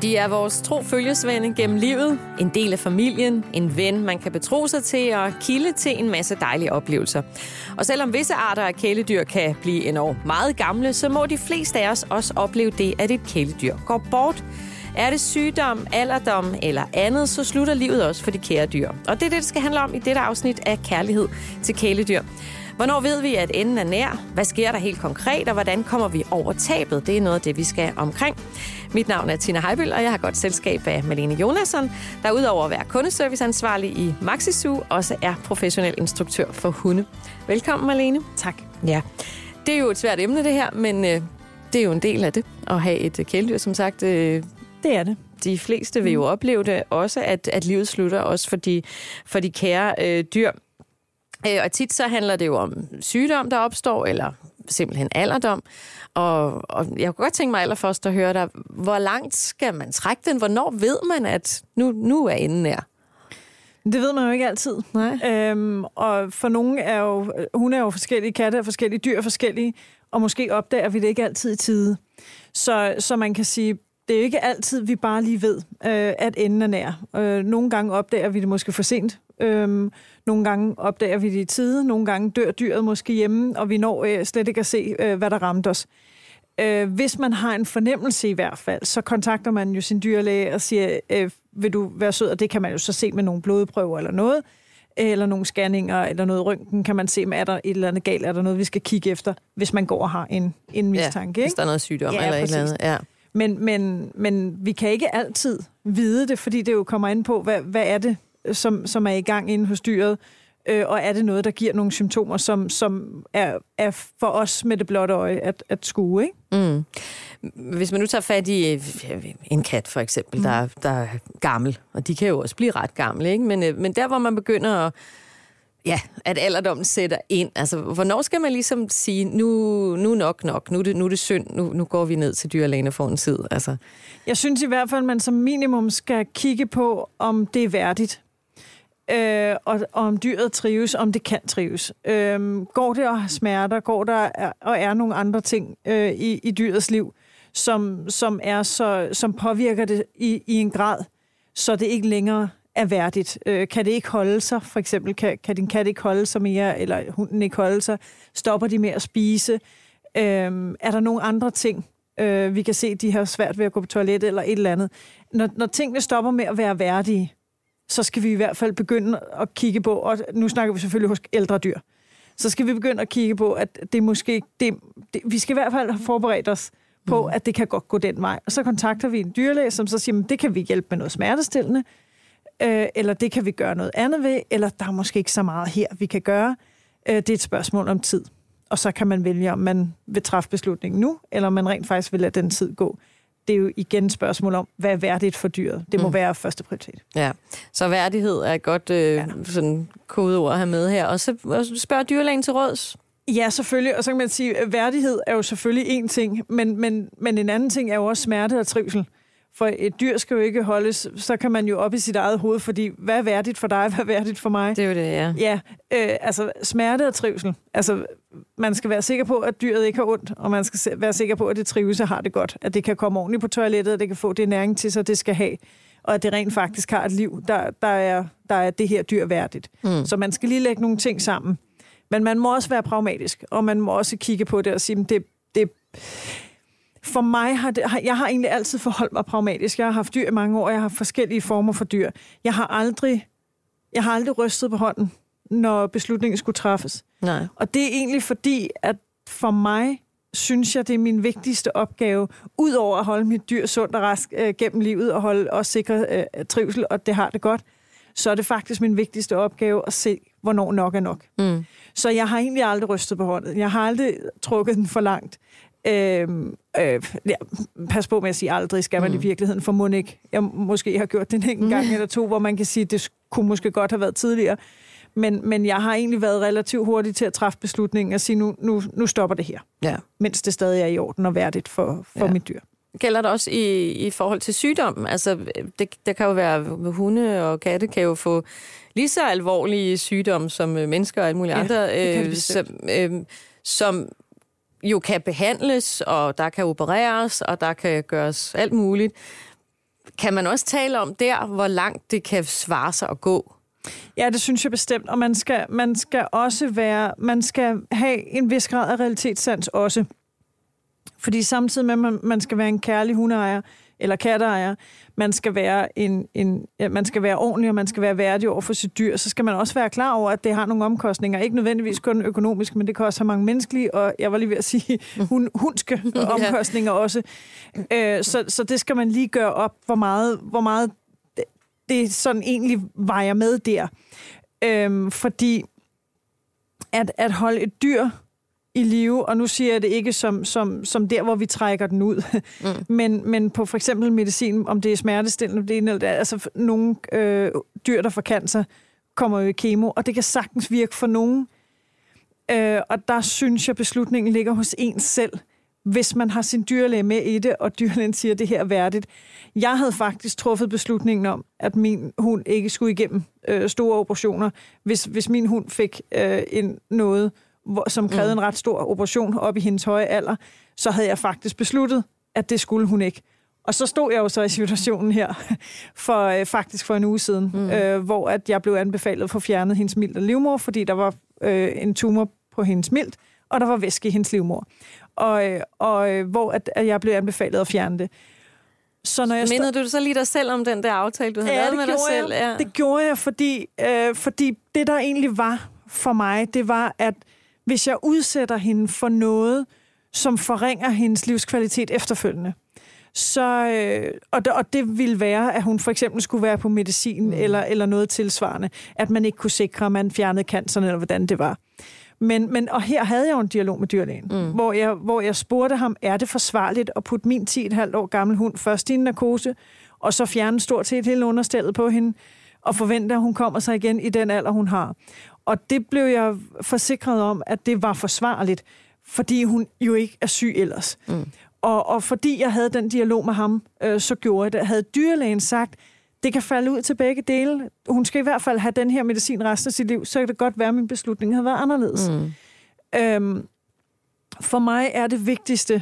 De er vores tro følgesvende gennem livet, en del af familien, en ven, man kan betro sig til og kilde til en masse dejlige oplevelser. Og selvom visse arter af kæledyr kan blive enormt meget gamle, så må de fleste af os også opleve det, at et kæledyr går bort. Er det sygdom, alderdom eller andet, så slutter livet også for de kære dyr. Og det er det, det skal handle om i dette afsnit af Kærlighed til kæledyr. Hvornår ved vi, at enden er nær? Hvad sker der helt konkret, og hvordan kommer vi over tabet? Det er noget af det, vi skal omkring. Mit navn er Tina Heibøl, og jeg har godt selskab af Malene Jonasson, der udover at være kundeserviceansvarlig i Maxizoo, også er professionel instruktør for hunde. Velkommen, Malene. Tak. Ja, det er jo et svært emne, det her, men det er jo en del af det, at have et kæledyr, som sagt. Det er det. De fleste vil jo opleve det også, at livet slutter, også for de kære dyr. Og tit så handler det jo om sygdom, der opstår, eller simpelthen alderdom. Og jeg kunne godt tænke mig allerførst at høre dig, hvor langt skal man trække den? Hvornår ved man, at nu er enden nær? Det ved man jo ikke altid. Nej. Og for nogle hunde er jo forskellige, katte er forskellige, dyr er forskellige, og måske opdager vi det ikke altid i tide. Så man kan sige, det er ikke altid, vi bare lige ved, at enden er nær. Nogle gange opdager vi det måske for sent. Nogle gange opdager vi det i tide. Nogle gange dør dyret måske hjemme, og vi når slet ikke at se, hvad der ramte os. Hvis man har en fornemmelse i hvert fald, så kontakter man jo sin dyrlæge og siger, vil du være sød? Og det kan man jo så se med nogle blodprøver eller noget, eller nogle scanninger, eller noget røntgen, kan man se, er der et eller andet galt, er der noget, vi skal kigge efter, hvis man går og har en mistanke. Ja, hvis der er noget sygdom eller præcis. et eller andet. Ja. Men vi kan ikke altid vide det, fordi det jo kommer ind på, hvad er det, som er i gang inde hos dyret, og er det noget, der giver nogle symptomer, som er for os med det blotte øje at skue, ikke? Mm. Hvis man nu tager fat i en kat for eksempel, der er gammel, og de kan jo også blive ret gamle, ikke? Men der, hvor man begynder at alderdommen sætter ind, altså hvornår skal man ligesom sige, nu nok, nu er det synd, nu går vi ned til dyrlægen og får en tid, altså? Jeg synes i hvert fald, at man som minimum skal kigge på, om det er værdigt. Og om dyret trives, om det kan trives. Går det og har smerter, går der og er nogle andre ting i dyrets liv, som påvirker det i en grad, så det ikke længere er værdigt. Kan det ikke holde sig? For eksempel, kan din kat ikke holde sig mere, eller hunden ikke holde sig? Stopper de med at spise? Er der nogle andre ting? Vi kan se, de har svært ved at gå på toilettet eller et eller andet. Når tingene stopper med at være værdige, så skal vi i hvert fald begynde at kigge på, og nu snakker vi selvfølgelig hos ældre dyr, så skal vi begynde at kigge på, at det måske, vi skal i hvert fald have forberedt os på, at det kan godt gå den vej. Og så kontakter vi en dyrlæge, som så siger, det kan vi hjælpe med noget smertestillende, eller det kan vi gøre noget andet ved, eller der er måske ikke så meget her, vi kan gøre. Det er et spørgsmål om tid. Og så kan man vælge, om man vil træffe beslutningen nu, eller om man rent faktisk vil lade den tid gå. Det er jo igen et spørgsmål om, hvad er værdigt for dyret. Det må være første prioritet. Ja, så værdighed er et godt sådan kodeord at have med her. Og så spørger dyrlægen til råds. Ja, selvfølgelig. Og så kan man sige, at værdighed er jo selvfølgelig en ting, men en anden ting er jo også smerte og trivsel. For et dyr skal jo ikke holdes, så kan man jo op i sit eget hoved, fordi hvad er værdigt for dig, hvad er værdigt for mig? Det er jo det, ja. Ja, altså smerte og trivsel. Altså, man skal være sikker på, at dyret ikke har ondt, og man skal være sikker på, at det trives og har det godt. At det kan komme ordentligt på toilettet, at det kan få det næring til sig, det skal have. Og at det rent faktisk har et liv, der er det her dyr værdigt. Så man skal lige lægge nogle ting sammen. Men man må også være pragmatisk, og man må også kigge på det og sige, det for mig jeg har egentlig altid forholdt mig pragmatisk. Jeg har haft dyr i mange år, jeg har haft forskellige former for dyr. Jeg har aldrig rystet på hånden, når beslutningen skulle træffes. Nej. Og det er egentlig fordi, at for mig synes jeg, det er min vigtigste opgave, udover at holde mit dyr sundt og rask gennem livet, og sikre trivsel, og det har det godt, så er det faktisk min vigtigste opgave at se, hvornår nok er nok. Så jeg har egentlig aldrig rystet på hånden. Jeg har aldrig trukket den for langt. Pas på med at sige aldrig, skal man i virkeligheden, for må ikke. Jeg måske har gjort det en gang eller to, hvor man kan sige, at det kunne måske godt have været tidligere. Men jeg har egentlig været relativt hurtig til at træffe beslutningen og sige, nu stopper det her. Mens det stadig er i orden og værdigt for mit dyr. Gælder det også i forhold til sygdom? Altså, der kan jo være hunde og katte kan jo få lige så alvorlige sygdomme som mennesker og alle mulige andre, som jo kan behandles, og der kan opereres, og der kan gøres alt muligt. kan man også tale om der, hvor langt det kan svare sig at gå? Ja, det synes jeg bestemt, og man skal også man skal have en vis grad af realitetssans også. Fordi samtidig med, at man skal være en kærlig hundeejer eller katteejer, man skal være man skal være ordentlig, og man skal være værdig over for sit dyr, så skal man også være klar over, at det har nogle omkostninger. Ikke nødvendigvis kun økonomisk, men det kan også have mange menneskelige, og jeg var lige ved at sige hundske omkostninger også. Så det skal man lige gøre op, hvor meget det sådan egentlig vejer med der. Fordi at holde et dyr i live, og nu siger jeg det ikke som der, hvor vi trækker den ud, men på for eksempel medicin, om det er smertestillende, det ene eller det, altså nogle dyr, der får cancer, kommer jo i kemo, og det kan sagtens virke for nogen. Og der synes jeg, beslutningen ligger hos en selv, hvis man har sin dyrlæge med i det, og dyrlægen siger, at det her er værdigt. Jeg havde faktisk truffet beslutningen om, at min hund ikke skulle igennem store operationer. Hvis min hund fik noget, som krævede en ret stor operation op i hendes høje alder, så havde jeg faktisk besluttet, at det skulle hun ikke. Og så stod jeg jo så i situationen her, for en uge siden, hvor at jeg blev anbefalet at få fjernet hendes milt og livmor, fordi der var en tumor på hendes milt, og der var væske i hendes livmor. Og hvor at jeg blev anbefalet at fjerne det. Så når mindede du så lige dig selv om den der aftale, du havde lavet med dig selv? Ja, det gjorde jeg, fordi det, der egentlig var for mig, det var, at hvis jeg udsætter hende for noget, som forringer hendes livskvalitet efterfølgende, og det ville være, at hun for eksempel skulle være på medicin eller noget tilsvarende, at man ikke kunne sikre, at man fjernede canceren, eller hvordan det var. Og her havde jeg jo en dialog med dyrlægen, hvor jeg spurgte ham, er det forsvarligt at putte min 10,5 år gammel hund først i en narkose, og så fjerne stort set hele understellet på hende, og forvente, at hun kommer sig igen i den alder, hun har. Og det blev jeg forsikret om, at det var forsvarligt, fordi hun jo ikke er syg ellers. Og fordi jeg havde den dialog med ham, så gjorde jeg det. Havde dyrlægen sagt, det kan falde ud til begge dele. Hun skal i hvert fald have den her medicin resten af sit liv, så kan det godt være, at min beslutning havde været anderledes. For mig er det vigtigste,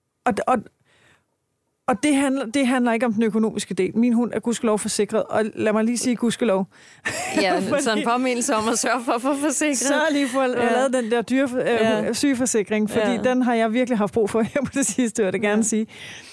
og det handler ikke om den økonomiske del. Min hund er gudskelov forsikret, og lad mig lige sige gudskelov. Ja, sådan en påmindelse om at sørge for at få forsikret. Så lige for at lave den der sygeforsikring, fordi den har jeg virkelig haft brug for her på det sidste, vil jeg gerne sige.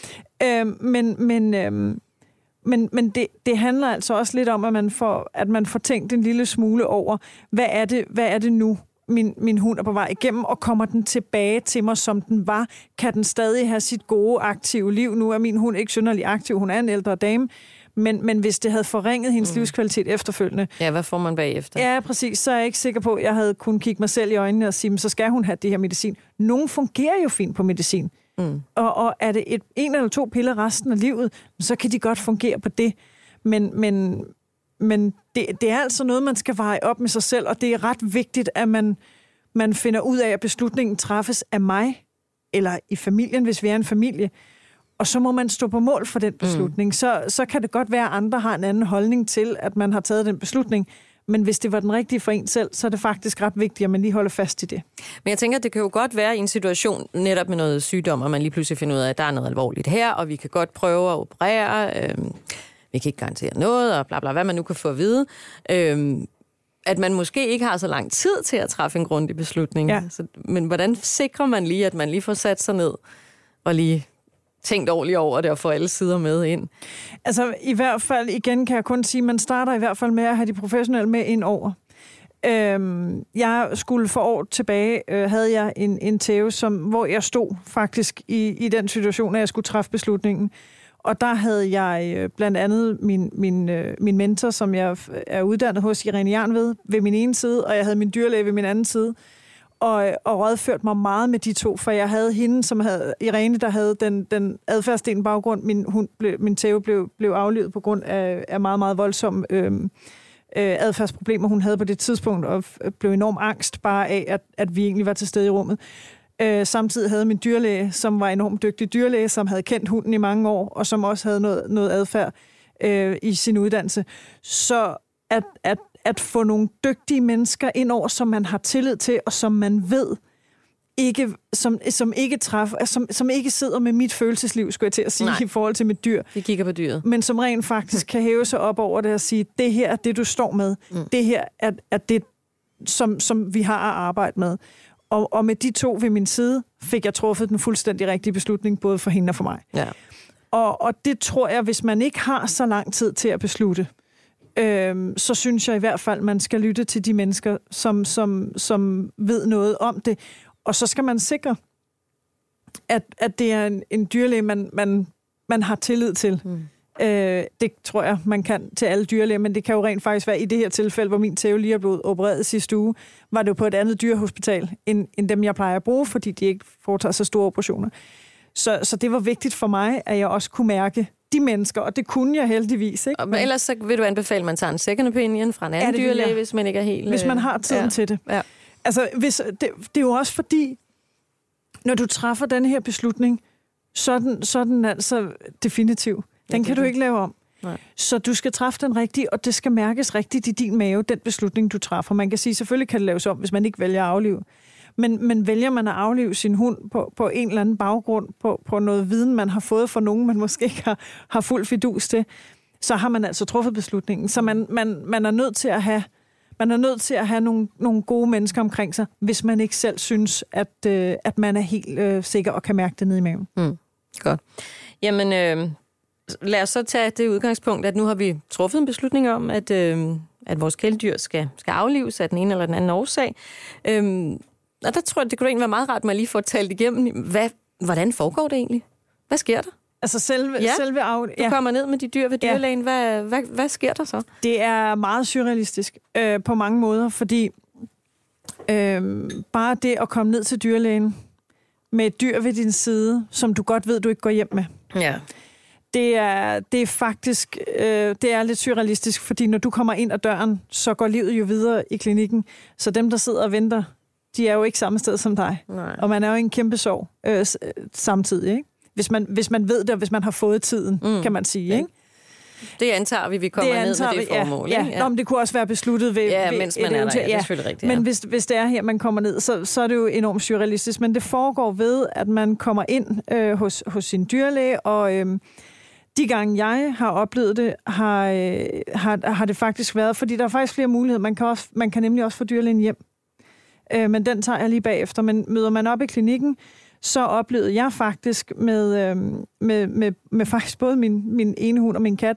Men det handler altså også lidt om, at man får tænkt en lille smule over, hvad er det nu, min hund er på vej igennem, og kommer den tilbage til mig, som den var? Kan den stadig have sit gode, aktive liv? Nu er min hund ikke synderlig aktiv, hun er en ældre dame, men hvis det havde forringet hendes livskvalitet efterfølgende... Ja, hvad får man bagefter? Ja, præcis. Så er jeg ikke sikker på, at jeg havde kunnet kigge mig selv i øjnene og sige, så skal hun have det her medicin. Nogle fungerer jo fint på medicin. Og er det en eller to piller resten af livet, så kan de godt fungere på det. Men det er altså noget, man skal veje op med sig selv, og det er ret vigtigt, at man finder ud af, at beslutningen træffes af mig, eller i familien, hvis vi er en familie. Og så må man stå på mål for den beslutning. Så kan det godt være, at andre har en anden holdning til, at man har taget den beslutning. Men hvis det var den rigtige for en selv, så er det faktisk ret vigtigt, at man lige holder fast i det. Men jeg tænker, at det kan jo godt være i en situation netop med noget sygdom, og man lige pludselig finder ud af, at der er noget alvorligt her, og vi kan godt prøve at operere, vi kan ikke garantere noget, og bla bla, hvad man nu kan få at vide. At man måske ikke har så lang tid til at træffe en grundig beslutning. Ja. Men hvordan sikrer man lige, at man lige får sat sig ned og lige tænkt ordentligt over det og få alle sider med ind? Altså i hvert fald, igen kan jeg kun sige, man starter i hvert fald med at have de professionelle med ind over. Jeg skulle for år tilbage, havde jeg en tæve, hvor jeg stod faktisk i den situation, at jeg skulle træffe beslutningen. Og der havde jeg blandt andet min mentor, som jeg er uddannet hos, Irene Jernved, ved min ene side, og jeg havde min dyrlæge ved min anden side. Og rådførte mig meget med de to, for jeg havde hende, som havde Irene, der havde den adfærdsdelen baggrund. Min tæve blev aflivet på grund af meget, meget voldsomme adfærdsproblemer, hun havde på det tidspunkt, og blev enormt angst bare af, at vi egentlig var til stede i rummet. Samtidig havde min dyrlæge, som var enormt dygtig dyrlæge, som havde kendt hunden i mange år, og som også havde noget adfærd i sin uddannelse. Så at få nogle dygtige mennesker ind over, som man har tillid til, og som man ved som ikke sidder med mit følelsesliv, skulle jeg til at sige, i forhold til mit dyr. Vi kigger på dyret. Men som rent faktisk kan hæve sig op over det og sige, det her er det, du står med. Det her er det, som vi har at arbejde med. Og med de to ved min side, fik jeg truffet den fuldstændig rigtige beslutning, både for hende og for mig. Ja. Og det tror jeg, hvis man ikke har så lang tid til at beslutte, så synes jeg i hvert fald, man skal lytte til de mennesker, som ved noget om det. Og så skal man sikre, at det er en dyrlæge, man har tillid til. Det tror jeg, man kan til alle dyrlæger, men det kan jo rent faktisk være i det her tilfælde, hvor min tæve lige er blevet opereret sidste uge, var det jo på et andet dyrehospital, end dem, jeg plejer at bruge, fordi de ikke foretager så store operationer. Så det var vigtigt for mig, at jeg også kunne mærke de mennesker, og det kunne jeg heldigvis. Ikke? Men ellers så vil du anbefale, at man tager en second opinion fra en anden dyrlæge, hvis man ikke er helt... Hvis man har tiden til det. Ja. Altså, det er jo også fordi, når du træffer den her beslutning, så er den altså definitiv. Den kan du ikke lave om. Nej. Så du skal træffe den rigtige, og det skal mærkes rigtigt i din mave, den beslutning, du træffer. Man kan sige, selvfølgelig kan det laves om, hvis man ikke vælger at aflive. Men vælger man at aflive sin hund på en eller anden baggrund, på noget viden, man har fået fra nogen, man måske ikke har fuld fidus til, så har man altså truffet beslutningen. Så man er nødt til at have... Man er nødt til at have nogle gode mennesker omkring sig, hvis man ikke selv synes, at man er helt sikker og kan mærke det nede i maven. Godt. Jamen, lad os så tage det udgangspunkt, at nu har vi truffet en beslutning om, at vores kæledyr skal aflives af den ene eller den anden årsag. Og der tror jeg, det kunne egentlig være meget rart, at man lige får talt igennem, hvordan foregår det egentlig? Hvad sker der? Altså selve du kommer ned med de dyr ved dyrlægen. Ja. Hvad sker der så? Det er meget surrealistisk på mange måder, fordi bare det at komme ned til dyrlægen med et dyr ved din side, som du godt ved, du ikke går hjem med. Ja. Det er faktisk det er lidt surrealistisk, fordi når du kommer ind ad døren, så går livet jo videre i klinikken. Så dem, der sidder og venter, de er jo ikke samme sted som dig. Nej. Og man er jo i en kæmpe sorg samtidig, ikke? Hvis man ved det, og hvis man har fået tiden, kan man sige, ikke? Det antager vi kommer ned med det formål. Ja. Nå, men det kunne også være besluttet ved... mens man er der. Ja, det er selvfølgelig rigtigt. Ja. Men hvis det er her, man kommer ned, så er det jo enormt surrealistisk. Men det foregår ved, at man kommer ind hos sin dyrlæge, og de gange jeg har oplevet det, har det faktisk været, fordi der er faktisk flere muligheder. Man kan nemlig også få dyrlægen hjem. Men den tager jeg lige bagefter. Men møder man op i klinikken, så oplevede jeg faktisk med faktisk både min ene hund og min kat,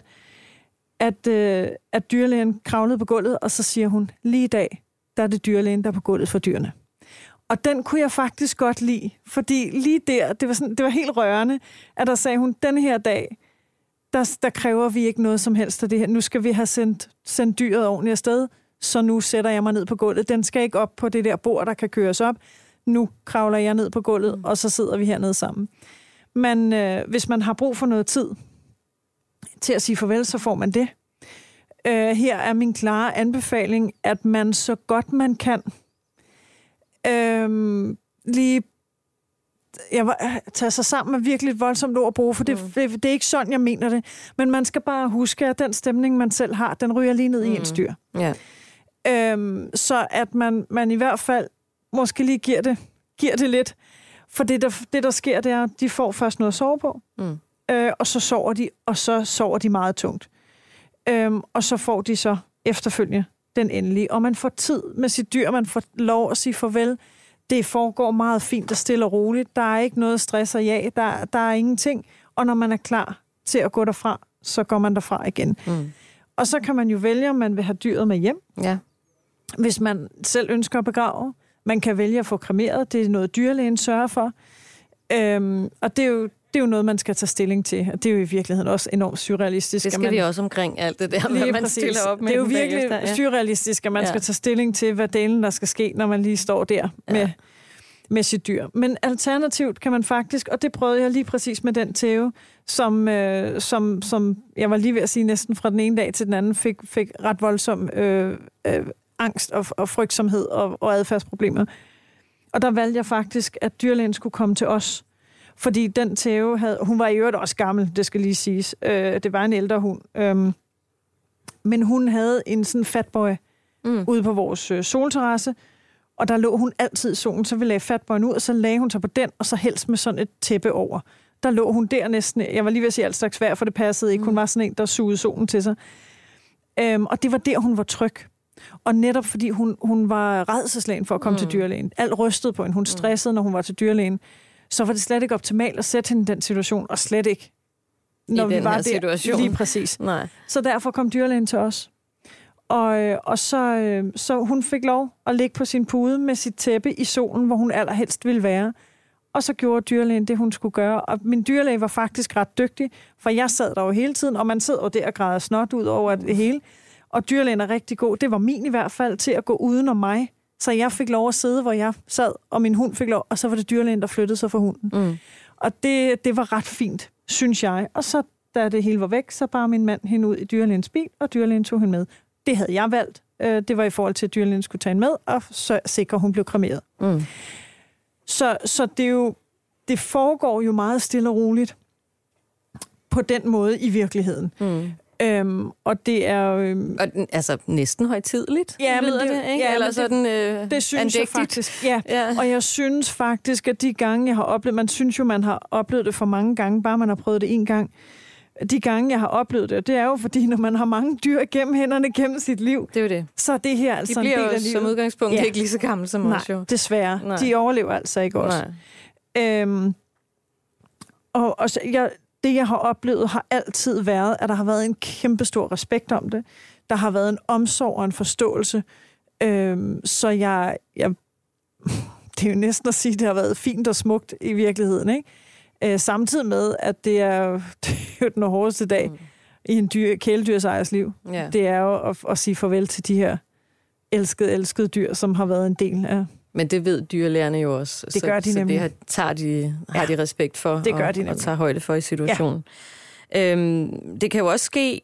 at dyrlægen kravlede på gulvet, og så siger hun, lige i dag, der er det dyrlægen, der er på gulvet for dyrene. Og den kunne jeg faktisk godt lide, fordi lige der, det var helt rørende, at der sagde hun, den her dag, der kræver vi ikke noget som helst af det her. Nu skal vi have sendt dyret ordentligt afsted, så nu sætter jeg mig ned på gulvet. Den skal ikke op på det der bord, der kan køres op. Nu kravler jeg ned på gulvet, og så sidder vi hernede sammen. Men hvis man har brug for noget tid til at sige farvel, så får man det. Her er min klare anbefaling, at man så godt man kan lige tage sig sammen med virkelig et voldsomt ord at bruge, for det er ikke sådan, jeg mener det. Men man skal bare huske, at den stemning, man selv har, den ryger lige ned i ens dyr. Ja. Så at man i hvert fald måske lige giver det lidt. For det der sker, det er, at de får først noget at sove på, og så sover de meget tungt. Og så får de så efterfølgende den endelige. Og man får tid med sit dyr, man får lov at sige farvel. Det foregår meget fint og stille og roligt. Der er ikke noget stress og ja, der er ingenting. Og når man er klar til at gå derfra, så går man derfra igen. Og så kan man jo vælge, om man vil have dyret med hjem. Ja. Hvis man selv ønsker at begrave. Man kan vælge at få kremeret. Det er noget, dyrlægen sørger for. Og det er jo noget, man skal tage stilling til. Og det er jo i virkeligheden også enormt surrealistisk. Det skal vi også omkring alt det der, når man stiller op med. Det er jo virkelig surrealistisk, at man skal tage stilling til, hvad delen der skal ske, når man lige står der med sit dyr. Men alternativt kan man faktisk, og det prøvede jeg lige præcis med den tæve, som jeg var lige ved at sige næsten fra den ene dag til den anden, fik ret voldsom angst og frygtsomhed og adfærdsproblemer. Og der valgte jeg faktisk, at dyrlægen skulle komme til os. Fordi den tæve hun var i øvrigt også gammel, det skal lige siges. Det var en ældre hund. Men hun havde en sådan fatboy ude på vores solterrasse, Og der lå hun altid i solen, så vi lagde fatbøjen ud, og så lagde hun sig på den, og så helst med sådan et tæppe over. Der lå hun der næsten, jeg var lige ved at sige alt slags vejr, for det passede ikke. Hun var sådan en, der sugede solen til sig. Og det var der, hun var tryg. Og netop fordi hun var rædselsslagen for at komme til dyrlægen. Alt rystede på hende. Hun stressede, når hun var til dyrlægen. Så var det slet ikke optimalt at sætte hende i den situation, og slet ikke, når vi var der. Situation. Lige præcis. Nej. Så derfor kom dyrlægen til os. Og så hun fik lov at ligge på sin pude med sit tæppe i solen, hvor hun allerhelst ville være. Og så gjorde dyrlægen det, hun skulle gøre. Og min dyrlæge var faktisk ret dygtig, for jeg sad der jo hele tiden, og man sidder jo der og græder snot ud over det hele. Og dyrlægen er rigtig god. Det var min i hvert fald til at gå uden om mig. Så jeg fik lov at sidde, hvor jeg sad, og min hund fik lov, og så var det dyrlægen, der flyttede sig for hunden. Og det var ret fint, synes jeg. Og så, da det hele var væk, så bar min mand hende ud i dyrlægens bil, og dyrlægen tog hende med. Det havde jeg valgt. Det var i forhold til, at dyrlægen skulle tage hende med, og så sikre, hun blev kremeret. Så det foregår jo meget stille og roligt på den måde i virkeligheden. Og det er... altså næsten højtidligt, ja, lyder det, ikke? Ja, eller sådan det synes jeg faktisk. Ja. Ja. Og jeg synes faktisk, at de gange, jeg har oplevet... Man synes jo, man har oplevet det for mange gange, bare man har prøvet det en gang. De gange, jeg har oplevet det, det er jo fordi, når man har mange dyr gennem hænderne gennem sit liv, det er jo det. Så er det her altså en del af livet. De bliver jo som udgangspunkt ikke lige så gamle som os jo. Desværre. Nej. De overlever altså ikke også. Og det, jeg har oplevet, har altid været, at der har været en kæmpestor respekt om det. Der har været en omsorg og en forståelse. Så jeg det er jo næsten at sige, at det har været fint og smukt i virkeligheden, ikke? Samtidig med, at det er jo den hårdeste dag i en kæledyrsejers liv. Yeah. Det er jo at sige farvel til de her elskede dyr, som har været en del af... Men det ved dyrlægerne jo også. Det gør de nemlig. Så det har de respekt for det gør de og tager højde for i situationen. Ja. Det kan jo også ske,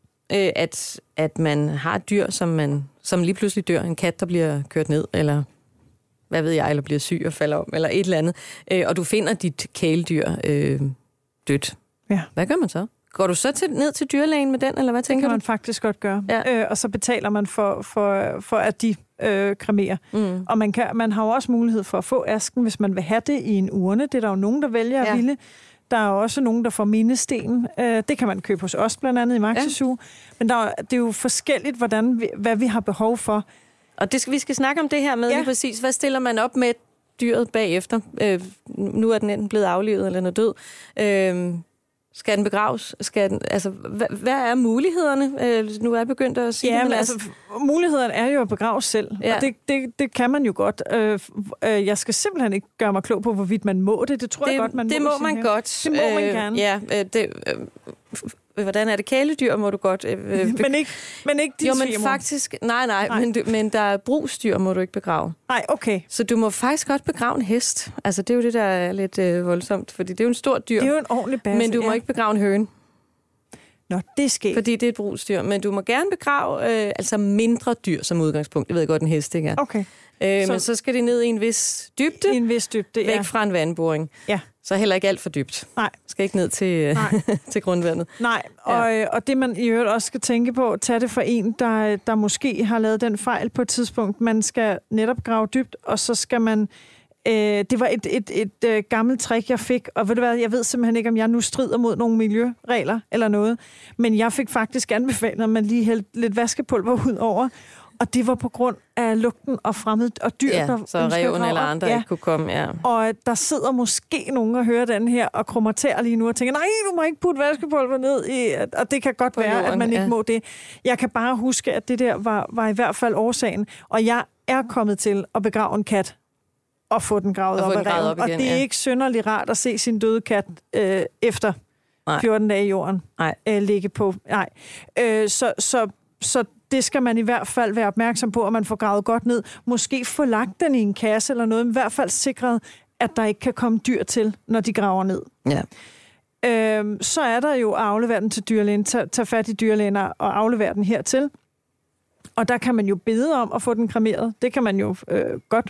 at man har dyr, som lige pludselig dør. En kat, der bliver kørt ned, eller hvad ved jeg, eller bliver syg og falder om, eller et eller andet. Og du finder dit kæledyr dødt. Ja. Hvad gør man så? Går du så ned til dyrlægen med den, eller hvad tænker du? Det kan man faktisk godt gøre. Ja. Og så betaler man for at de kremerer. Og man har jo også mulighed for at få asken, hvis man vil have det i en urne. Det er der jo nogen, der vælger at ville. Der er også nogen, der får mindesten. Det kan man købe hos os, blandt andet i Maxi Zoo. Men det er jo forskelligt, hvad vi har behov for. Og vi skal snakke om det her med lige præcis. Hvad stiller man op med dyret bagefter? Nu er den enten blevet aflivet, eller den er død. Skal den begraves? Hvad er mulighederne? Nu er jeg begyndt at sige det. Altså, mulighederne er jo at begrave selv. Ja. Og det kan man jo godt. Jeg skal simpelthen ikke gøre mig klog på, hvorvidt man må det. Det tror jeg godt, man må. Det må man godt. Det må man gerne. Ja, hvordan er det? Kæledyr må du godt. Men ikke din svigermor. Men faktisk... Nej. Men der er brugsdyr, må du ikke begrave. Nej, okay. Så du må faktisk godt begrave en hest. Altså, det er jo det, der er lidt voldsomt, fordi det er jo en stor dyr. Det er jo en ordentlig basse. Men du må ikke begrave en høne. Nå, det sker. Fordi det er et brugsdyr. Men du må gerne begrave altså mindre dyr som udgangspunkt. Det ved jeg godt, en hest ikke er. Okay. Men så skal det ned i en vis dybde. I en vis dybde, væk fra en vandboring. Ja. Så heller ikke alt for dybt. Nej. Skal ikke ned til grundvandet. Nej, og det man i øvrigt også skal tænke på, tag det for en, der måske har lavet den fejl på et tidspunkt. Man skal netop grave dybt, og så skal man... det var et gammelt trick, jeg fik, og ved du hvad, jeg ved simpelthen ikke, om jeg nu strider mod nogle miljøregler eller noget, men jeg fik faktisk anbefalet, at man lige hældte lidt vaskepulver ud over, og det var på grund af lugten og fremmede og dyr, der så ræven eller andre ikke kunne komme. Ja. Og der sidder måske nogen og hører den her og krummer tær lige nu og tænker, nej, du må ikke putte vaskepulver ned i, og det kan godt være, jorden, at man ikke må det. Jeg kan bare huske, at det der var i hvert fald årsagen, og jeg er kommet til at begrave en kat og få den gravet op af reven. Og det er ikke synderligt rart at se sin døde kat efter 14 dage i jorden ligge på. Nej. Så det skal man i hvert fald være opmærksom på, at man får gravet godt ned. Måske få lagt den i en kasse eller noget, men i hvert fald sikret, at der ikke kan komme dyr til, når de graver ned. Ja. Så er der jo at aflevere den til dyrlægen, tage fat i dyrlægen og aflevere den hertil. Og der kan man jo bede om at få den kremeret. Det kan man jo godt.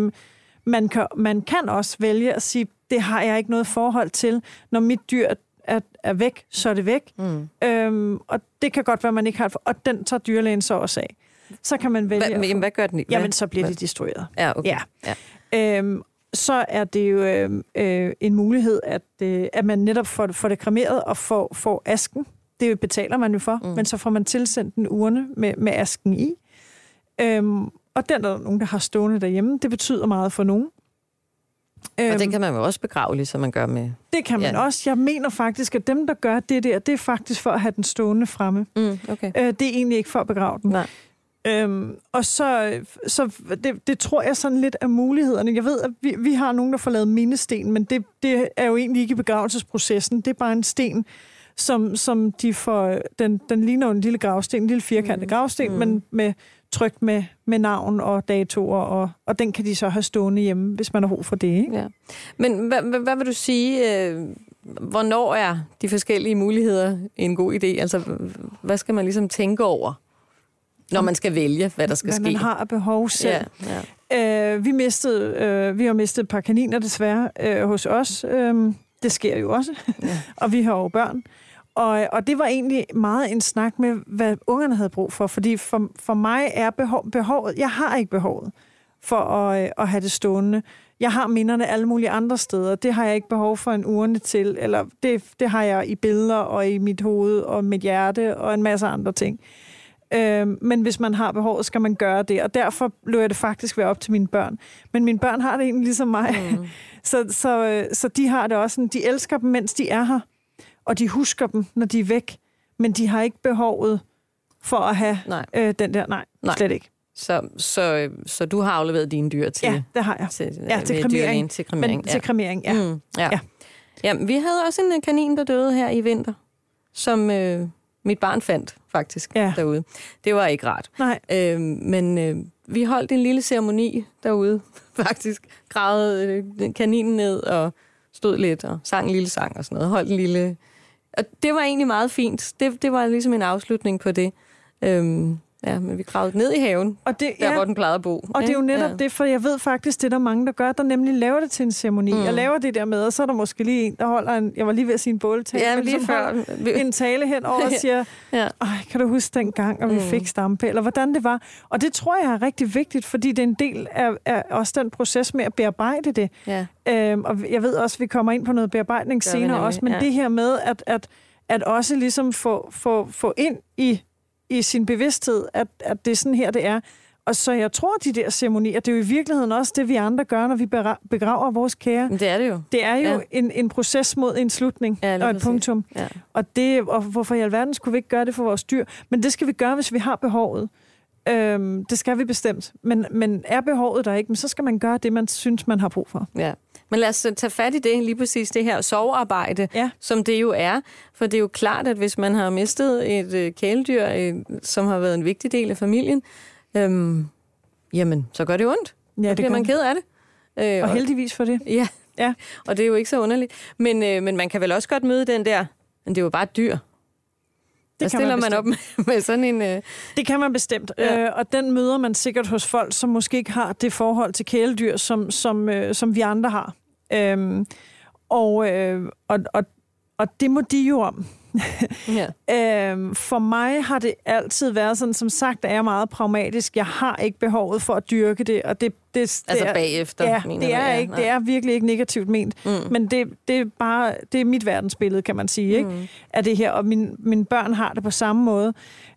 Man kan også vælge at sige, det har jeg ikke noget forhold til. Når mit dyr er væk, så er det væk. Og det kan godt være, man ikke har det. Og den tager dyrlægen så også af. så kan man vælge... Hvad gør den? Jamen, så bliver det destrueret. Ja, okay. Ja. Så er det jo en mulighed, at man netop får det kremeret og får asken. Det betaler man jo for, men så får man tilsendt en urne med asken i. Og den er der nogen, der har stående derhjemme. Det betyder meget for nogen. Og den kan man jo også begrave, ligesom man gør med... Det kan man også. Jeg mener faktisk, at dem, der gør det der, det er faktisk for at have den stående fremme. Okay. Det er egentlig ikke for at begrave den. Nej. Og så det tror jeg sådan lidt af mulighederne. Jeg ved, at vi har nogen, der får lavet mindesten, men det er jo egentlig ikke i begravelsesprocessen. Det er bare en sten, som de får... Den ligner en lille gravsten, en lille firkantet gravsten, men med trykt med navn og datoer, og den kan de så have stående hjemme, hvis man har brug for det, ikke? Ja. Men hvad vil du sige, hvornår er de forskellige muligheder en god idé? Altså, hvad skal man ligesom tænke over, når man skal vælge, hvad der skal ske? Hvad man har af behov selv. Ja. Vi har mistet et par kaniner desværre hos os. Det sker jo også. Ja. Og vi har jo børn. Og det var egentlig meget en snak med, hvad ungerne havde brug for. Fordi for mig er behovet... Jeg har ikke behovet for at have det stående. Jeg har minderne alle mulige andre steder. Det har jeg ikke behov for en urne til. Eller det har jeg i billeder og i mit hoved og mit hjerte og en masse andre ting. Men hvis man har behovet, skal man gøre det. Og derfor løber det faktisk være op til mine børn. Men mine børn har det egentlig ligesom mig. Så de har det også sådan, de elsker dem, mens de er her. Og de husker dem, når de er væk. Men de har ikke behovet for at have den der. Nej, slet ikke. Så du har afleveret dine dyr til... Ja, det har jeg. Til kremering. Til kremering, til kremering, ja. Ja, vi havde også en kanin, der døde her i vinter, som mit barn fandt faktisk derude. Det var ikke rart. Nej. Men vi holdt en lille ceremoni derude, faktisk. Gravede kaninen ned og stod lidt og sang en lille sang og sådan noget. Holdt en lille... Og det var egentlig meget fint. Det var ligesom en afslutning på det. Men vi gravede ned i haven, hvor den plejede at bo. Og det er jo netop det, for jeg ved faktisk, det er der mange, der gør, der nemlig laver det til en ceremoni. Jeg laver det der med, og så er der måske lige en, der holder en... Jeg var lige ved at sige en båltale. Ja, lige før. En tale henover og siger, kan du huske den gang, og vi fik stampe, eller hvordan det var. Og det tror jeg er rigtig vigtigt, fordi det er en del af også den proces med at bearbejde det. Ja. Og jeg ved også, at vi kommer ind på noget bearbejdning senere også, men det her med at også ligesom få ind i sin bevidsthed, at det er sådan her, det er. Og så jeg tror, de der ceremonier, det er jo i virkeligheden også det, vi andre gør, når vi begraver vores kære. Det er det jo. Det er jo en proces mod en slutning og et punktum. Ja. Og hvorfor i alverden skulle vi ikke gøre det for vores dyr? Men det skal vi gøre, hvis vi har behovet. Det skal vi bestemt. Men er behovet der ikke, så skal man gøre det, man synes, man har brug for. Ja. Men lad os tage fat i det, lige præcis det her sovearbejde, som det jo er. For det er jo klart, at hvis man har mistet et kæledyr, som har været en vigtig del af familien, jamen, så gør det ondt. Ja, det bliver man ked af det. Og heldigvis for det. Ja, og det er jo ikke så underligt. Men man kan vel også godt møde den der, men det er jo bare et dyr. Der stiller man op med sådan en... Det kan man bestemt. Og den møder man sikkert hos folk, som måske ikke har det forhold til kæledyr, som vi andre har. Og det må de jo om. For mig har det altid været sådan, som sagt, er jeg meget pragmatisk. Jeg har ikke behovet for at dyrke det. Og det altså bagefter? Ja, det er ikke. Det er virkelig ikke negativt ment. Men det er mit verdensbillede, kan man sige, ikke? Af det her. Og mine børn har det på samme måde.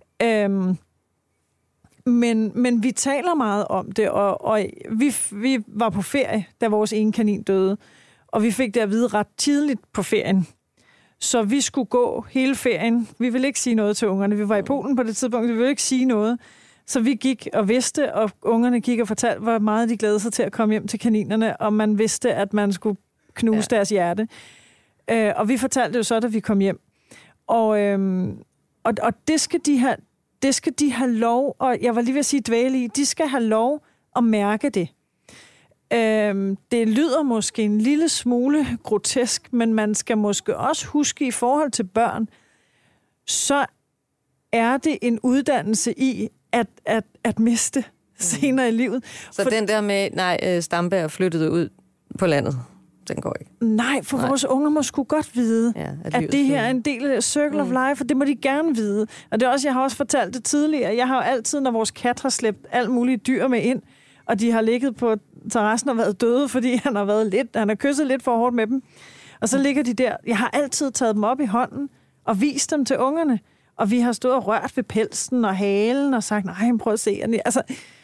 Men vi taler meget om det, og vi var på ferie, da vores ene kanin døde. Og vi fik det at vide ret tidligt på ferien. Så vi skulle gå hele ferien. Vi ville ikke sige noget til ungerne. Vi var i Polen på det tidspunkt, vi ville ikke sige noget. Så vi gik og vidste, og ungerne gik og fortalte, hvor meget de glædede sig til at komme hjem til kaninerne, og man vidste, at man skulle knuse deres hjerte. Og vi fortalte jo så, da vi kom hjem. Og det skal de have lov, og jeg var lige ved at sige dvæle i, de skal have lov at mærke det. Det lyder måske en lille smule grotesk, men man skal måske også huske i forhold til børn, så er det en uddannelse i at miste senere i livet. Så den der med, Stampe er flyttet ud på landet, Den går ikke. Nej, for vores unger må sgu godt vide, at det her er en del af Circle of Life, og det må de gerne vide. Og det er også, jeg har også fortalt det tidligere. Jeg har jo altid, når vores kat har slæbt alt muligt dyr med ind, og de har ligget på terrassen og været døde, fordi han har kysset lidt for hårdt med dem. Og så ligger de der. Jeg har altid taget dem op i hånden og vist dem til ungerne. Og vi har stået og rørt ved pelsen og halen og sagt, nej, prøv at se. Altså,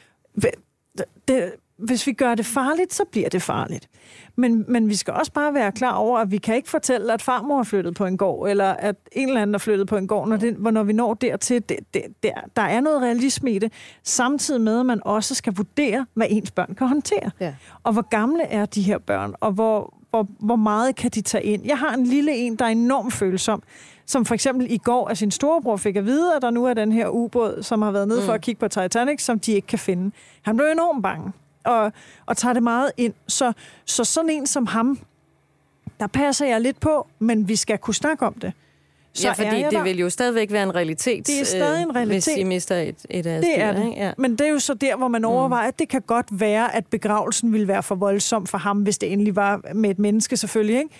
hvis vi gør det farligt, så bliver det farligt. Men vi skal også bare være klar over, at vi kan ikke fortælle, at farmor er flyttet på en gård, eller at en eller anden er flyttet på en gård, når vi når dertil. Der er noget realisme i det, samtidig med, at man også skal vurdere, hvad ens børn kan håndtere. Ja. Og hvor gamle er de her børn, og hvor meget kan de tage ind. Jeg har en lille en, der er enormt følsom, som for eksempel i går af sin storebror fik at vide, at der nu er den her ubåd, som har været nede for at kigge på Titanic, som de ikke kan finde. Han blev enormt bange. Og tager det meget ind. Så sådan en som ham, der passer jeg lidt på, men vi skal kunne snakke om det. Så fordi det vil jo stadigvæk være en realitet, det er stadig en realitet. Hvis I mister et af det er det. Ikke? Ja. Men det er jo så der, hvor man overvejer, at det kan godt være, at begravelsen ville være for voldsom for ham, hvis det endelig var med et menneske selvfølgelig, ikke?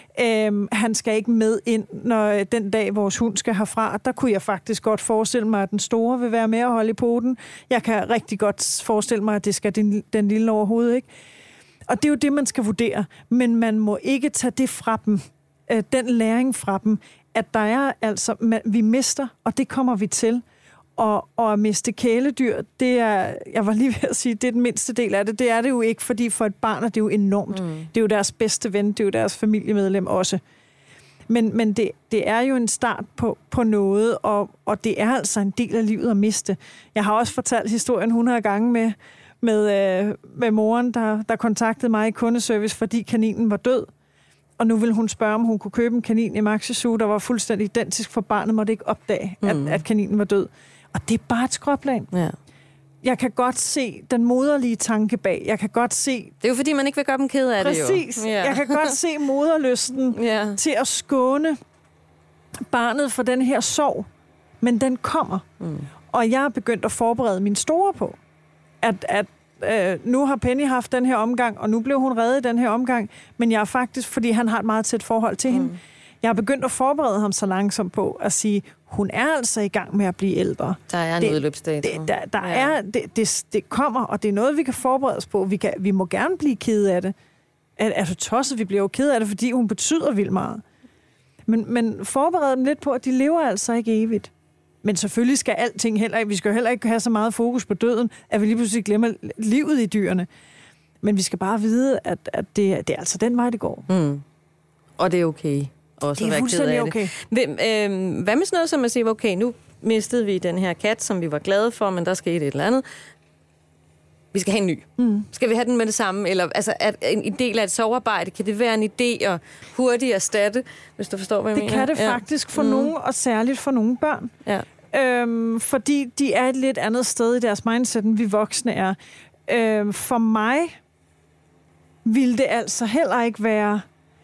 Han skal ikke med ind, når den dag vores hund skal herfra. Der kunne jeg faktisk godt forestille mig, at den store vil være med at holde i poten. Jeg kan rigtig godt forestille mig, at det skal den lille overhovedet ikke. Og det er jo det, man skal vurdere. Men man må ikke tage det fra dem, den læring fra dem, at der er altså, vi mister, og det kommer vi til. Og at miste kæledyr, det er, jeg var lige ved at sige, det er den mindste del af det. Det er det jo ikke, fordi for et barn er det jo enormt. Det er jo deres bedste ven, det er jo deres familiemedlem også. Men det er jo en start på noget, og det er altså en del af livet at miste. Jeg har også fortalt historien 100 gange med moren, der kontaktede mig i kundeservice, fordi kaninen var død. Og nu ville hun spørge, om hun kunne købe en kanin i Maxi Zoo, der var fuldstændig identisk, for barnet måtte ikke opdage, at kaninen var død. Og det er bare et skråplan. Ja. Jeg kan godt se den moderlige tanke bag. Jeg kan godt se... Det er jo fordi, man ikke vil gøre dem ked af det jo. Præcis. Ja. Jeg kan godt se moderlysten til at skåne barnet for den her sorg. Men den kommer. Og jeg er begyndt at forberede min store på, at nu har Penny haft den her omgang, og nu blev hun reddet i den her omgang, men jeg er faktisk, fordi han har et meget tæt forhold til hende, jeg har begyndt at forberede ham så langsomt på at sige, hun er altså i gang med at blive ældre. Der er en udløbsdato. Det kommer, og det er noget, vi kan forberede os på. Vi må gerne blive kede af det. Altså tosset, vi bliver jo kede af det, fordi hun betyder vildt meget. Men forberede dem lidt på, at de lever altså ikke evigt. Men selvfølgelig skal alting vi skal jo heller ikke have så meget fokus på døden, at vi lige pludselig glemmer livet i dyrene. Men vi skal bare vide, at det er altså den vej, det går. Og det er okay. Også det er fuldstændig okay. Hvad med sådan noget som at sige, okay, nu mistede vi den her kat, som vi var glade for, men der skete et eller andet. Vi skal have en ny. Skal vi have den med det samme? Eller altså, en del af et sovearbejde, kan det være en idé at hurtigt erstatte, hvis du forstår, hvad jeg mener? Det kan det faktisk for nogen, og særligt for nogle børn. Ja. Fordi de er et lidt andet sted i deres mindset, end vi voksne er. For mig vil det altså heller ikke være...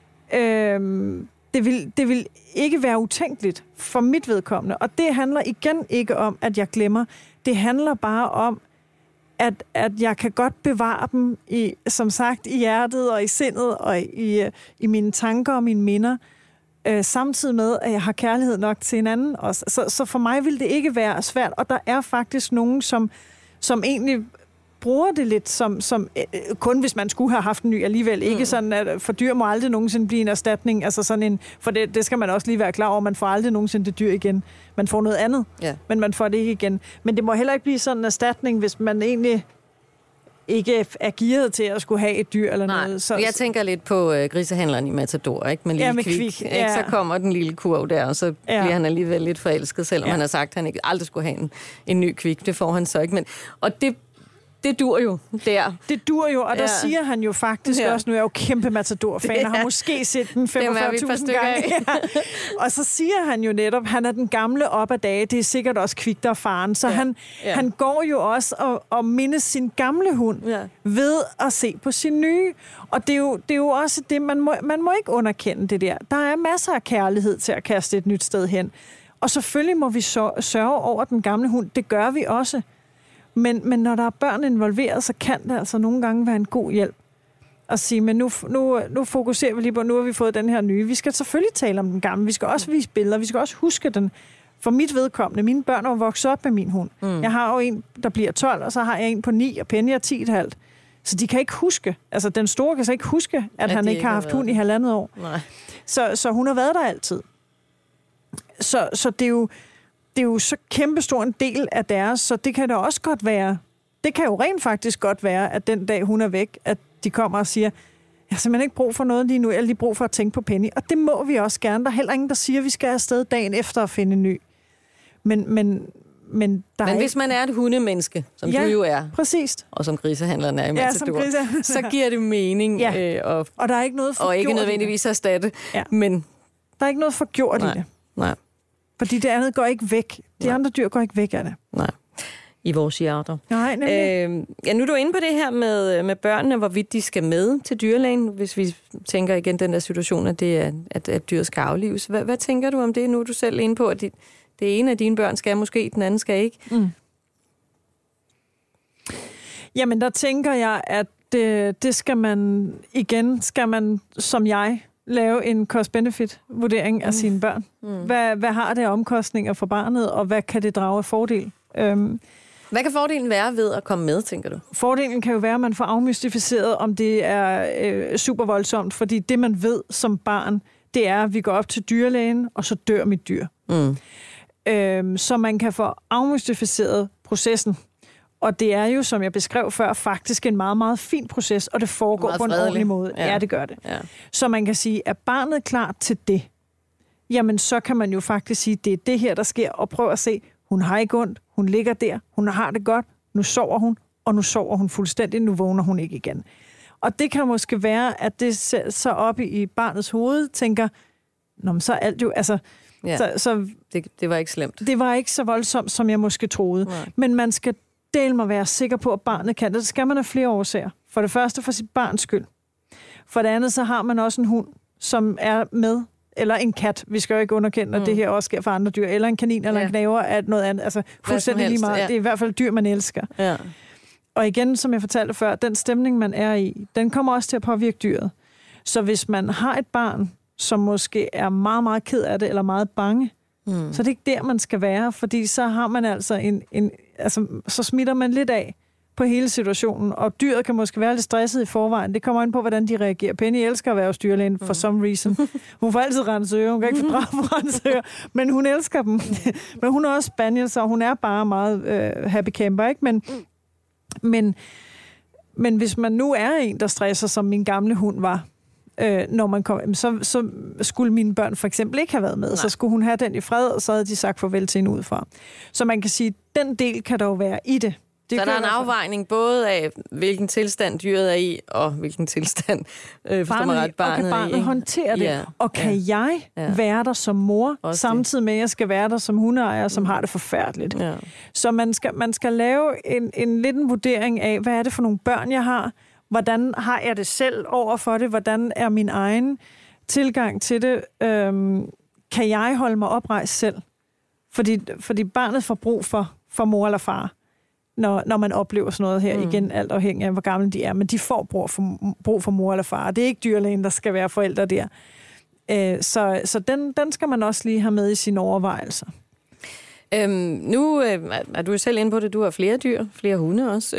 Det vil ikke være utænkeligt for mit vedkommende. Og det handler igen ikke om, at jeg glemmer. Det handler bare om, at jeg kan godt bevare dem, som sagt, i hjertet og i sindet og i mine tanker og mine minder, samtidig med, at jeg har kærlighed nok til hinanden også. Så for mig vil det ikke være svært. Og der er faktisk nogen, som egentlig bruger det lidt som kun hvis man skulle have haft en ny alligevel. Ikke sådan, at for dyr må aldrig nogensinde blive en erstatning. Altså sådan en, for det skal man også lige være klar over. Man får aldrig nogensinde det dyr igen. Man får noget andet, men man får det ikke igen. Men det må heller ikke blive sådan en erstatning, hvis man egentlig ikke er gearet til at skulle have et dyr eller noget. Så jeg tænker lidt på grisehandleren i Matador, ikke? Med lille Kvik. Ja. Så kommer den lille kurv der, og så bliver han alligevel lidt forelsket, selvom han har sagt, at han ikke aldrig skulle have en ny Kvik. Det får han så ikke. Og det dur jo der. Det dur jo, og der siger han jo faktisk også, nu er jeg jo kæmpe Matador-fan, og har måske set den 45.000 gange. Og så siger han jo netop, han er den gamle op ad dage, det er sikkert også Kvik, der er faren. Så han går jo også og mindes sin gamle hund ved at se på sin nye. Og det er jo også det, man må ikke underkende det der. Der er masser af kærlighed til at kaste et nyt sted hen. Og selvfølgelig må vi sørge over den gamle hund. Det gør vi også. Men når der er børn involveret, så kan det altså nogle gange være en god hjælp at sige, men nu fokuserer vi lige på, nu har vi fået den her nye. Vi skal selvfølgelig tale om den gamle. Vi skal også vise billeder. Vi skal også huske den. For mit vedkommende, mine børn er vokset op med min hund. Jeg har jo en, der bliver 12, og så har jeg en på 9, og Penny er 10,5. Så de kan ikke huske. Altså, den store kan så ikke huske, at han ikke har haft hund i 1,5 år. Nej. Så hun har været der altid. Så det er jo så kæmpestor en del af deres, så det kan da også godt være, det kan jo rent faktisk godt være, at den dag hun er væk, at de kommer og siger, jeg har simpelthen ikke brug for noget lige nu, jeg har lige brug for at tænke på Penny. Og det må vi også gerne. Der er heller ingen, der siger, at vi skal afsted dagen efter at finde en ny. Men hvis man er et hundemenneske, som du jo er, præcis. Og som grisehandleren er i Matador, så giver det mening. Og der er ikke noget og ikke nødvendigvis erstatte. Ja. Men der er ikke noget forgjort i det. Nej. Fordi det andet går ikke væk. De andre dyr går ikke væk af det. Nej. I vores hjerter. Nej, nemlig. Nu er du inde på det her med børnene, hvorvidt de skal med til dyrlægen, hvis vi tænker igen den der situation, at det er, at dyret skal aflives. Hvad tænker du om det? Nu er du selv inde på, at det ene af dine børn skal måske, den anden skal ikke. Jamen, der tænker jeg, at det skal man som jeg, lave en cost-benefit-vurdering af sine børn. Hvad har det af omkostninger for barnet, og hvad kan det drage af fordel? Hvad kan fordelen være ved at komme med, tænker du? Fordelen kan jo være, at man får afmystificeret, om det er super voldsomt, fordi det, man ved som barn, det er, at vi går op til dyrlægen, og så dør mit dyr. Så man kan få afmystificeret processen. Og det er jo, som jeg beskrev før, faktisk en meget, meget fin proces, og det foregår på en ordentlig måde. Ja, det gør det. Ja. Så man kan sige, er barnet klar til det? Jamen, så kan man jo faktisk sige, det er det her, der sker, og prøve at se, hun har ikke ondt, hun ligger der, hun har det godt, nu sover hun, og nu sover hun fuldstændig, nu vågner hun ikke igen. Og det kan måske være, at det så op i barnets hoved tænker, nå, men så er alt jo, altså... Ja, så det var ikke slemt. Det var ikke så voldsomt, som jeg måske troede. Nej. Men man skal dele mig være sikker på, at barnet kan det. Det skal man af flere årsager. For det første for sit barns skyld. For det andet, så har man også en hund, som er med, eller en kat. Vi skal jo ikke underkende, at det her også sker for andre dyr. Eller en kanin, eller en knæver, at noget andet. Altså fuldstændig lige meget. Ja. Det er i hvert fald dyr, man elsker. Ja. Og igen, som jeg fortalte før, den stemning, man er i, den kommer også til at påvirke dyret. Så hvis man har et barn, som måske er meget, meget ked af det, eller meget bange, så det er ikke der, man skal være, fordi så har man altså så smitter man lidt af på hele situationen, og dyret kan måske være lidt stresset i forvejen. Det kommer ind på, hvordan de reagerer. Penny elsker at være hos dyrlægen for some reason. Hun får altid rensører, hun kan ikke fordrage for rensører, men hun elsker dem. Men hun er også spaniel, så hun er bare meget happy camper, ikke? Men hvis man nu er en, der stresser, som min gamle hund var, når man kom, så skulle mine børn for eksempel ikke have været med. Nej. Så skulle hun have den i fred, og så havde de sagt farvel til hende udefra. Så man kan sige, den del kan der jo være i det. Så der er en afvejning både af, hvilken tilstand dyret er i, og hvilken tilstand barnet er i. Og kan barnet håndtere det? Ja. Og kan jeg være der som mor, også samtidig med, at jeg skal være der som hundeejer, som har det forfærdeligt? Ja. Så man skal lave en lidt en vurdering af, hvad er det for nogle børn, jeg har? Hvordan har jeg det selv over for det? Hvordan er min egen tilgang til det? Kan jeg holde mig oprejst selv? Fordi barnet får brug for mor eller far, når man oplever sådan noget her. Igen, alt afhængig af, hvor gamle de er. Men de får brug for mor eller far. Det er ikke dyrlægen, der skal være forældre der. Så den skal man også lige have med i sine overvejelser. Nu er du selv inde på det. Du har flere dyr, flere hunde også.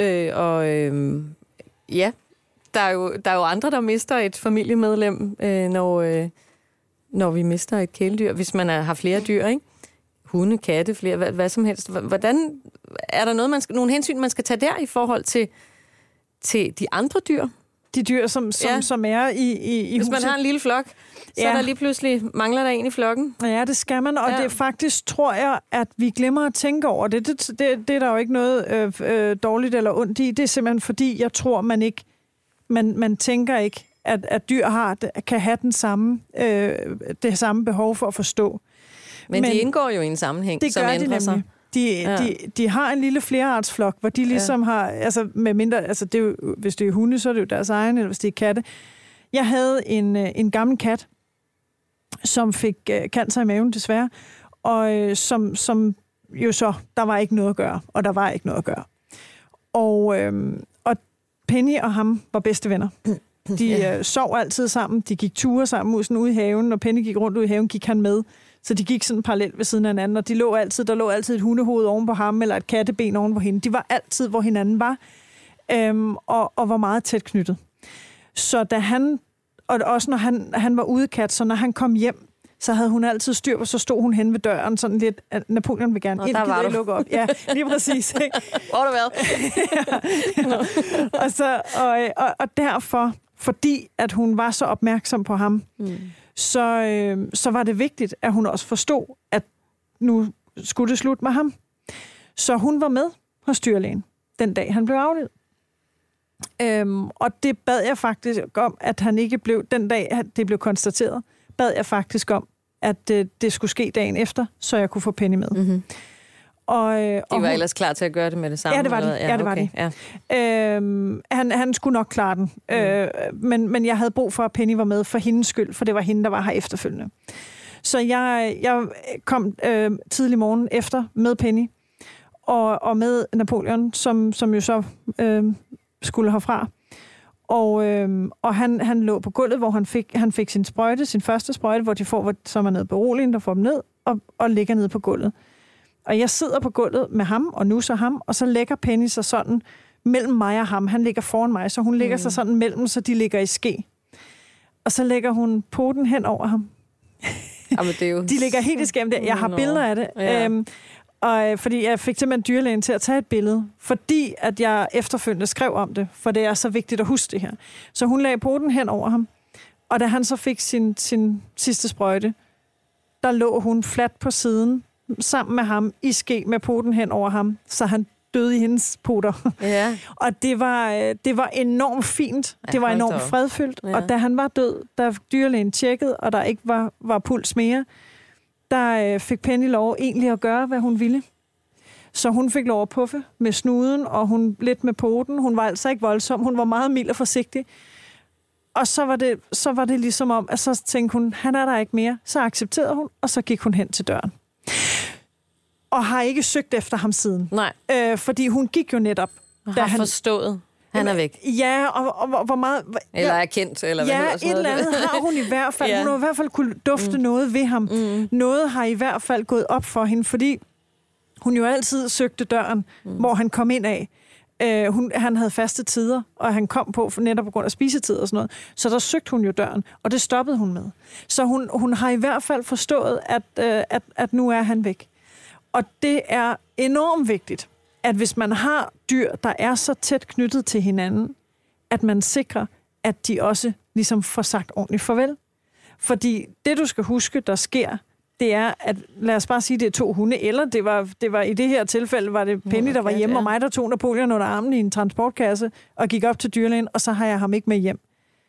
Ja, der er jo andre, der mister et familiemedlem, når vi mister et kæledyr, hvis man har flere dyr, ikke? Hunde, katte, flere, hvad som helst. Hvordan er der nogle hensyn, man skal tage der i forhold til de andre dyr? De dyr, som er i Hvis huset. man har en lille flok, så er der lige pludselig mangler der en i flokken. Ja, det skal man, og det er faktisk, tror jeg, at vi glemmer at tænke over det. Det er der jo ikke noget dårligt eller ondt i. Det er simpelthen fordi, jeg tror, man tænker ikke, at dyr kan have det samme behov for at forstå. Men de indgår jo i en sammenhæng, som ændrer sig. De har en lille flerartsflok, hvor de ligesom har, altså med mindre, altså det er jo, hvis det er hunde, så er det jo deres egen, eller hvis det er katte. Jeg havde en gammel kat, som fik cancer i maven desværre, og som jo så, der var ikke noget at gøre, Og Penny og ham var bedste venner. De sov altid sammen. De gik ture sammen ude i haven. Når Penny gik rundt ude i haven, gik han med. Så de gik sådan parallelt ved siden af hinanden. Og der lå altid et hundehoved oven på ham, eller et katteben oven på hende. De var altid, hvor hinanden var. Og var meget tæt knyttet. Så da han, og også når han var udekat, så når han kom hjem, så havde hun altid styr på, så stod hun hen ved døren, sådan lidt, at Napoleon vil gerne ind, gider I lukke op. Ja, lige præcis. Ikke? Hvor har du været? Og derfor, fordi at hun var så opmærksom på ham, så var det vigtigt, at hun også forstod, at nu skulle det slut med ham. Så hun var med hos dyrlægen den dag, han blev aflevet. Og det bad jeg faktisk om, at han ikke blev, den dag det blev konstateret, bad jeg faktisk om, at det skulle ske dagen efter, så jeg kunne få Penny med. Mm-hmm. De var ellers klar til at gøre det med det samme? Ja, det var de. Ja, det var de. Ja. Han skulle nok klare den. Men jeg havde brug for, at Penny var med for hendes skyld, for det var hende, der var her efterfølgende. Så jeg kom tidlig morgen efter med Penny, og med Napoleon, som jo så skulle herfra. Og han lå på gulvet, hvor han fik sin sprøjte, sin første sprøjte, hvor de får, som er nede på beroligen, der får dem ned, og ligger nede på gulvet. Og jeg sidder på gulvet med ham, og nusser ham, og så lægger Penny sig sådan mellem mig og ham. Han ligger foran mig, så hun lægger sig sådan mellem, så de ligger i ske. Og så lægger hun poten hen over ham. Jamen, det er jo... De ligger helt i skæm der. Jeg har billeder af det. Ja. Og fordi jeg fik simpelthen dyrlægen til at tage et billede, fordi at jeg efterfølgende skrev om det, for det er så vigtigt at huske det her. Så hun lagde poten hen over ham, og da han så fik sin sidste sprøjte, der lå hun fladt på siden, sammen med ham, i ske med poten hen over ham, så han døde i hendes poter. Ja. Og det var enormt fint, det var enormt fredfyldt, og da han var død, da dyrlægen tjekkede, og der ikke var puls mere, der fik Penny lov egentlig at gøre, hvad hun ville. Så hun fik lov at puffe med snuden, og hun lidt med poten. Hun var altså ikke voldsom, hun var meget mild og forsigtig. Og så var det ligesom om, at så tænkte hun, han er der ikke mere. Så accepterede hun, og så gik hun hen til døren. Og har ikke søgt efter ham siden. Nej. Fordi hun gik jo netop. Da han forstået. Han er væk. Ja, og hvor meget... Eller er kendt, eller hvad hedder sådan noget. Ja, et eller andet har hun i hvert fald. Hun har i hvert fald kunne dufte noget ved ham. Noget har i hvert fald gået op for hende, fordi hun jo altid søgte døren, hvor han kom ind af. Han havde faste tider, og han kom på netop på grund af spisetid og sådan noget. Så der søgte hun jo døren, og det stoppede hun med. Så hun har i hvert fald forstået, at nu er han væk. Og det er enormt vigtigt, at hvis man har dyr, der er så tæt knyttet til hinanden, at man sikrer, at de også ligesom får sagt ordentligt farvel. Fordi det, du skal huske, der sker, det er, at lad os bare sige, det er 2 hunde, eller det var i det her tilfælde, var det Penny, der var hjemme, og mig, der tog Napoleon under armen i en transportkasse, og gik op til dyrlægen, og så har jeg ham ikke med hjem.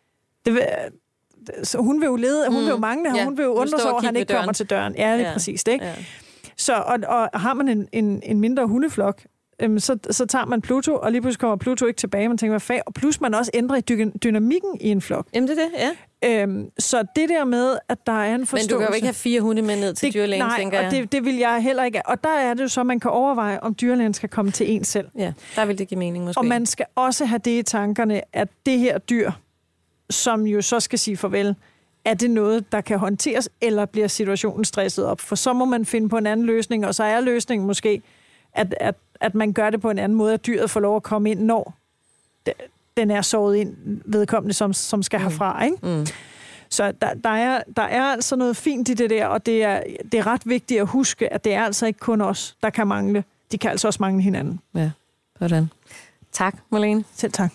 Så hun vil jo lede, hun vil jo mangle, og hun vil jo undre sig over, at han ikke kommer til døren. Ja, det er præcis det, ikke? Ja. Så, og har man en mindre hundeflok, så tager man Pluto, og lige pludselig kommer Pluto ikke tilbage. Man tænker, hvad fag? Og plus man også ændrer i dynamikken i en flok. Jamen det er det, ja. Så det der med, at der er en forståelse... Men du kan jo ikke have 4 hunde med ned til dyrlægen, tænker jeg. Nej, og det vil jeg heller ikke. Og der er det jo så, man kan overveje, om dyrlægen skal komme til en selv. Ja, der vil det give mening måske. Og man skal også have det i tankerne, at det her dyr, som jo så skal sige farvel, er det noget, der kan håndteres, eller bliver situationen stresset op? For så må man finde på en anden løsning, og så er løsningen måske, at man gør det på en anden måde, at dyret får lov at komme ind, når den er sovet ind vedkommende, som skal herfra, ikke? Mm. Så der er altså noget fint i det der, og det er ret vigtigt at huske, at det er altså ikke kun os, der kan mangle. De kan altså også mangle hinanden. Ja, sådan. Tak, Marlene. Selv tak.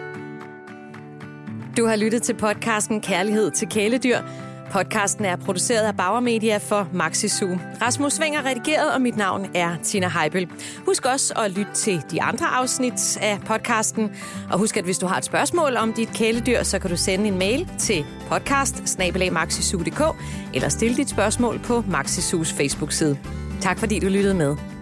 Du har lyttet til podcasten Kærlighed til kæledyr. Podcasten er produceret af Bauer Media for Maxi Zoo. Rasmus Sving er redigeret, og mit navn er Tina Heibel. Husk også at lytte til de andre afsnit af podcasten. Og husk, at hvis du har et spørgsmål om dit kæledyr, så kan du sende en mail til podcast@maxizoo.dk eller stille dit spørgsmål på Maxi Zoos Facebook-side. Tak fordi du lyttede med.